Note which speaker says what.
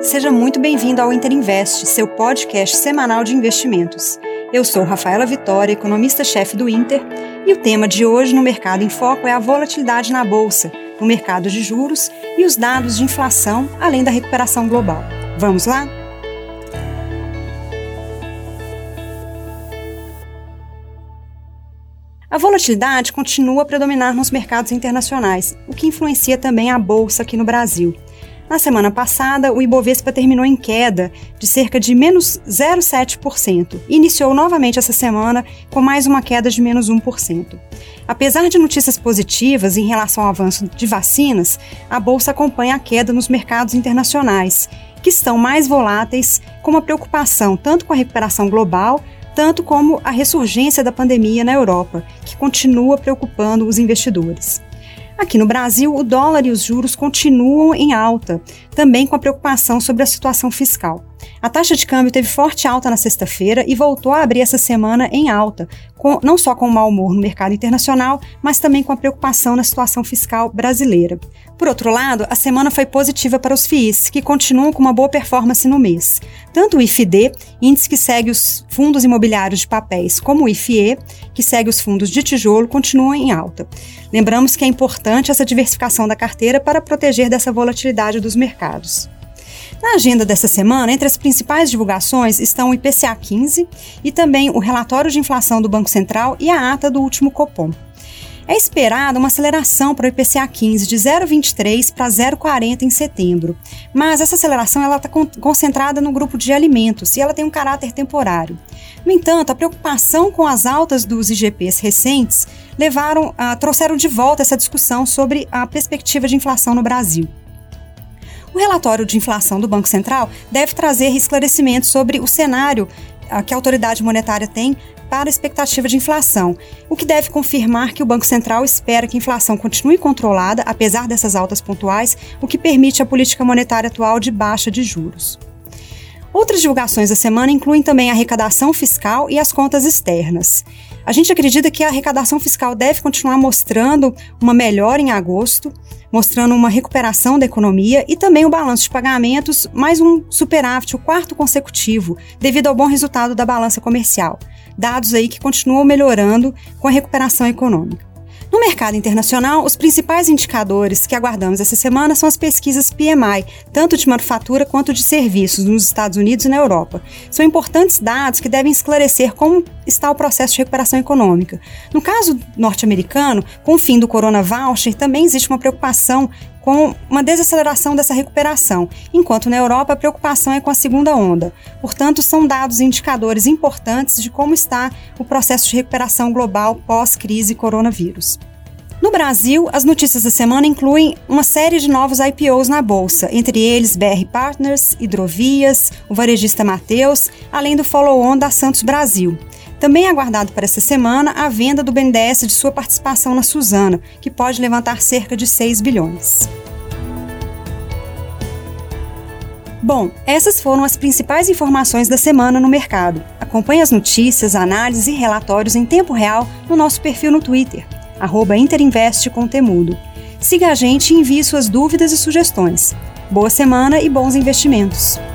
Speaker 1: Seja muito bem-vindo ao Interinvest, seu podcast semanal de investimentos. Eu sou Rafaela Vitória, economista-chefe do Inter, e o tema de hoje no Mercado em Foco é a volatilidade na Bolsa, no mercado de juros e os dados de inflação, além da recuperação global. Vamos lá? A volatilidade continua a predominar nos mercados internacionais, o que influencia também a Bolsa aqui no Brasil. Na semana passada, o Ibovespa terminou em queda de cerca de menos 0,7% e iniciou novamente essa semana com mais uma queda de menos 1%. Apesar de notícias positivas em relação ao avanço de vacinas, a Bolsa acompanha a queda nos mercados internacionais, que estão mais voláteis, com uma preocupação tanto com a recuperação global, tanto como a ressurgência da pandemia na Europa, que continua preocupando os investidores. Aqui no Brasil, o dólar e os juros continuam em alta, também com a preocupação sobre a situação fiscal. A taxa de câmbio teve forte alta na sexta-feira e voltou a abrir essa semana em alta, não só com o mau humor no mercado internacional, mas também com a preocupação na situação fiscal brasileira. Por outro lado, a semana foi positiva para os FIIs, que continuam com uma boa performance no mês. Tanto o IFD, índice que segue os fundos imobiliários de papéis, como o IFIE, que segue os fundos de tijolo, continuam em alta. Lembramos que é importante essa diversificação da carteira para proteger dessa volatilidade dos mercados. Na agenda dessa semana, entre as principais divulgações estão o IPCA 15 e também o relatório de inflação do Banco Central e a ata do último Copom. É esperada uma aceleração para o IPCA 15 de 0,23 para 0,40 em setembro, mas essa aceleração está concentrada no grupo de alimentos e ela tem um caráter temporário. No entanto, a preocupação com as altas dos IGPs recentes trouxeram de volta essa discussão sobre a perspectiva de inflação no Brasil. O relatório de inflação do Banco Central deve trazer esclarecimentos sobre o cenário que a autoridade monetária tem para a expectativa de inflação, o que deve confirmar que o Banco Central espera que a inflação continue controlada, apesar dessas altas pontuais, o que permite a política monetária atual de baixa de juros. Outras divulgações da semana incluem também a arrecadação fiscal e as contas externas. A gente acredita que a arrecadação fiscal deve continuar mostrando uma melhora em agosto, mostrando uma recuperação da economia e também o balanço de pagamentos, mais um superávit, o quarto consecutivo, devido ao bom resultado da balança comercial. Dados aí que continuam melhorando com a recuperação econômica. No mercado internacional, os principais indicadores que aguardamos essa semana são as pesquisas PMI, tanto de manufatura quanto de serviços nos Estados Unidos e na Europa. São importantes dados que devem esclarecer como está o processo de recuperação econômica. No caso norte-americano, com o fim do Corona Voucher, também existe uma preocupação com uma desaceleração dessa recuperação, enquanto na Europa a preocupação é com a segunda onda. Portanto, são dados e indicadores importantes de como está o processo de recuperação global pós-crise coronavírus. No Brasil, as notícias da semana incluem uma série de novos IPOs na Bolsa, entre eles BR Partners, Hidrovias, o varejista Mateus, além do follow-on da Santos Brasil. Também é aguardado para essa semana a venda do BNDES de sua participação na Suzano, que pode levantar cerca de 6 bilhões. Bom, essas foram as principais informações da semana no mercado. Acompanhe as notícias, análises e relatórios em tempo real no nosso perfil no Twitter, @interinvestcontemudo. Siga a gente e envie suas dúvidas e sugestões. Boa semana e bons investimentos!